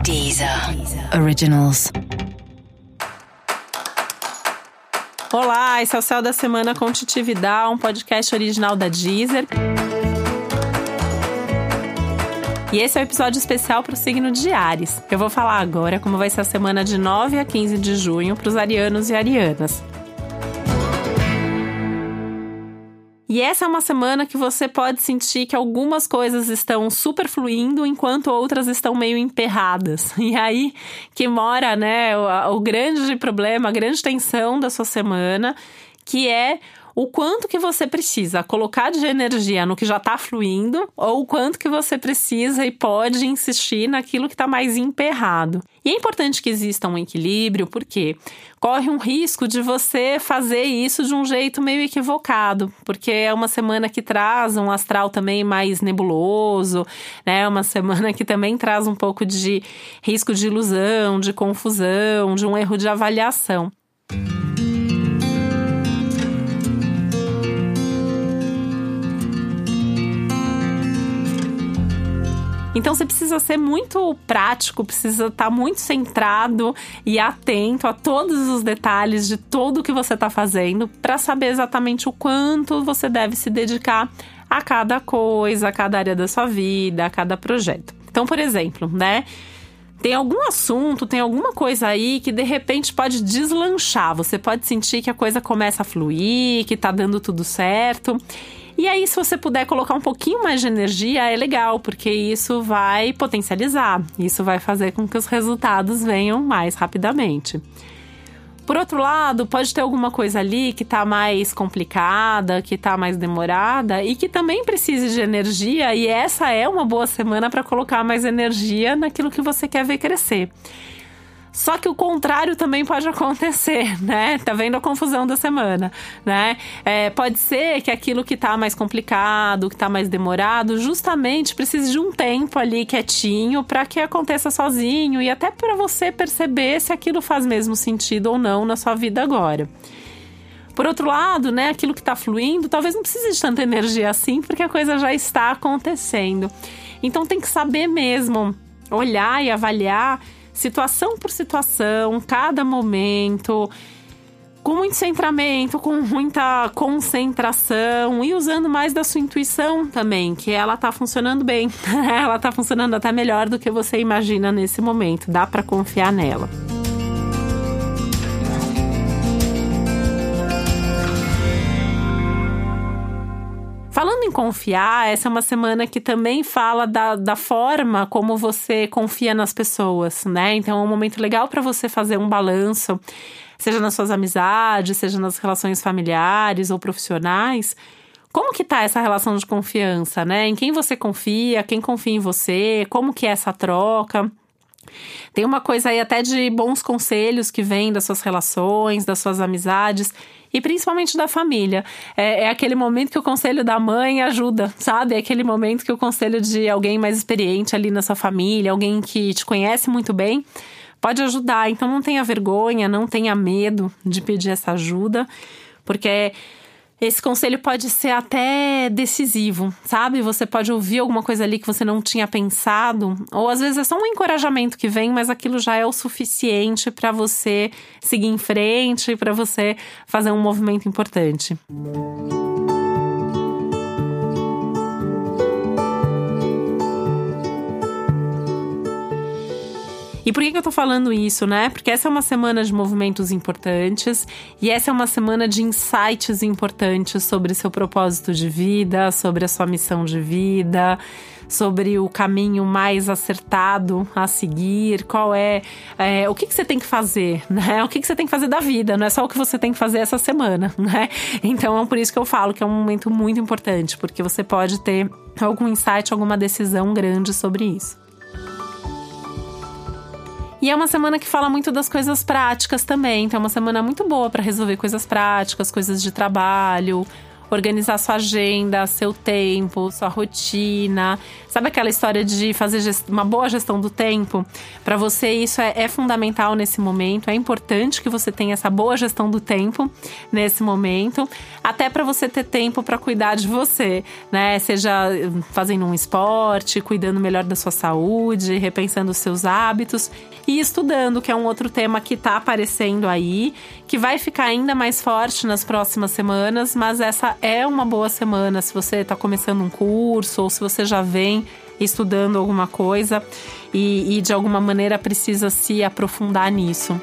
Deezer Originals. Olá, esse é o Céu da Semana com Titi Vidal, um podcast original da Deezer. E esse é o um episódio especial para o signo de Áries. Eu vou falar agora como vai ser a semana de 9 a 15 de junho para os arianos e arianas. E essa é uma semana que você pode sentir que algumas coisas estão super fluindo, enquanto outras estão meio emperradas. E aí que mora, né, o grande problema, a grande tensão da sua semana, que é o quanto que você precisa colocar de energia no que já está fluindo ou o quanto que você precisa e pode insistir naquilo que está mais emperrado. E é importante que exista um equilíbrio, porque corre um risco de você fazer isso de um jeito meio equivocado, porque é uma semana que traz um astral também mais nebuloso, né? Uma semana que também traz um pouco de risco de ilusão, de confusão, de um erro de avaliação. Então você precisa ser muito prático, precisa estar muito centrado e atento a todos os detalhes de tudo que você está fazendo para saber exatamente o quanto você deve se dedicar a cada coisa, a cada área da sua vida, a cada projeto. Então, por exemplo, né? Tem algum assunto, tem alguma coisa aí que de repente pode deslanchar. Você pode sentir que a coisa começa a fluir, que tá dando tudo certo. E aí, se você puder colocar um pouquinho mais de energia, é legal, porque isso vai potencializar. Isso vai fazer com que os resultados venham mais rapidamente. Por outro lado, pode ter alguma coisa ali que tá mais complicada, que tá mais demorada e que também precise de energia, e essa é uma boa semana para colocar mais energia naquilo que você quer ver crescer. Só que o contrário também pode acontecer, né? Tá vendo a confusão da semana, né? Pode ser que aquilo que tá mais complicado, que tá mais demorado, justamente precise de um tempo ali quietinho para que aconteça sozinho e até para você perceber se aquilo faz mesmo sentido ou não na sua vida agora. Por outro lado, né, aquilo que tá fluindo, talvez não precise de tanta energia assim, porque a coisa já está acontecendo. Então tem que saber mesmo olhar e avaliar situação por situação, cada momento, com muito centramento, com muita concentração e usando mais da sua intuição também, que ela tá funcionando bem. Ela tá funcionando até melhor do que você imagina nesse momento. Dá para confiar nela. Falando em confiar, essa é uma semana que também fala da forma como você confia nas pessoas, né? Então é um momento legal para você fazer um balanço, seja nas suas amizades, seja nas relações familiares ou profissionais. Como que tá essa relação de confiança, né? Em quem você confia, quem confia em você, como que é essa troca? Tem uma coisa aí até de bons conselhos que vêm das suas relações, das suas amizades e principalmente da família. É aquele momento que o conselho da mãe ajuda, sabe? É aquele momento que o conselho de alguém mais experiente ali na sua família, alguém que te conhece muito bem, pode ajudar. Então não tenha vergonha, não tenha medo de pedir essa ajuda, porque esse conselho pode ser até decisivo, sabe? Você pode ouvir alguma coisa ali que você não tinha pensado, ou às vezes é só um encorajamento que vem, mas aquilo já é o suficiente para você seguir em frente, para você fazer um movimento importante. E por que eu tô falando isso, né? Porque essa é uma semana de movimentos importantes e essa é uma semana de insights importantes sobre seu propósito de vida, sobre a sua missão de vida, sobre o caminho mais acertado a seguir, qual o que você tem que fazer, né? O que você tem que fazer da vida, não é só o que você tem que fazer essa semana, né? Então é por isso que eu falo que é um momento muito importante, porque você pode ter algum insight, alguma decisão grande sobre isso. E é uma semana que fala muito das coisas práticas também. Então é uma semana muito boa para resolver coisas práticas, coisas de trabalho, organizar sua agenda, seu tempo, sua rotina. Sabe aquela história de fazer uma boa gestão do tempo? Para você isso é fundamental nesse momento. É importante que você tenha essa boa gestão do tempo nesse momento, até para você ter tempo para cuidar de você, né? Seja fazendo um esporte, cuidando melhor da sua saúde, repensando os seus hábitos e estudando, que é um outro tema que está aparecendo aí, que vai ficar ainda mais forte nas próximas semanas, mas essa é uma boa semana se você está começando um curso ou se você já vem estudando alguma coisa e de alguma maneira precisa se aprofundar nisso.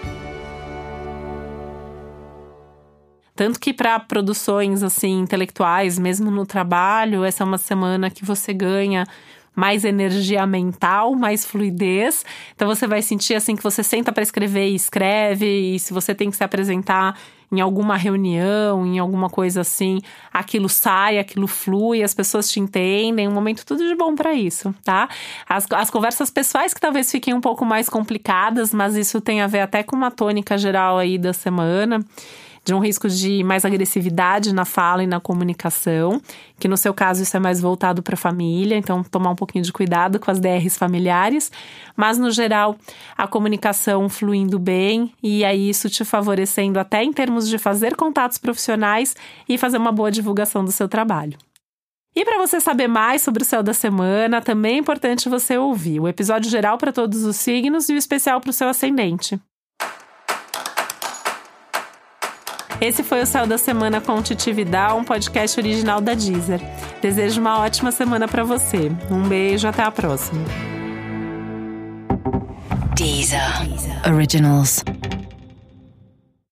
Tanto que para produções assim intelectuais, mesmo no trabalho, essa é uma semana que você ganha mais energia mental, mais fluidez. Então você vai sentir assim que você senta para escrever e escreve, e se você tem que se apresentar em alguma reunião, em alguma coisa assim, aquilo sai, aquilo flui, as pessoas te entendem, um momento tudo de bom para isso, tá? As conversas pessoais que talvez fiquem um pouco mais complicadas, mas isso tem a ver até com uma tônica geral aí da semana, de um risco de mais agressividade na fala e na comunicação, que no seu caso isso é mais voltado para a família, então tomar um pouquinho de cuidado com as DRs familiares, mas no geral a comunicação fluindo bem e aí isso te favorecendo até em termos de fazer contatos profissionais e fazer uma boa divulgação do seu trabalho. E para você saber mais sobre o céu da semana, também é importante você ouvir o episódio geral para todos os signos e o especial para o seu ascendente. Esse foi o Céu da Semana com Titi Vidal, um podcast original da Deezer. Desejo uma ótima semana para você. Um beijo, até a próxima. Deezer Originals.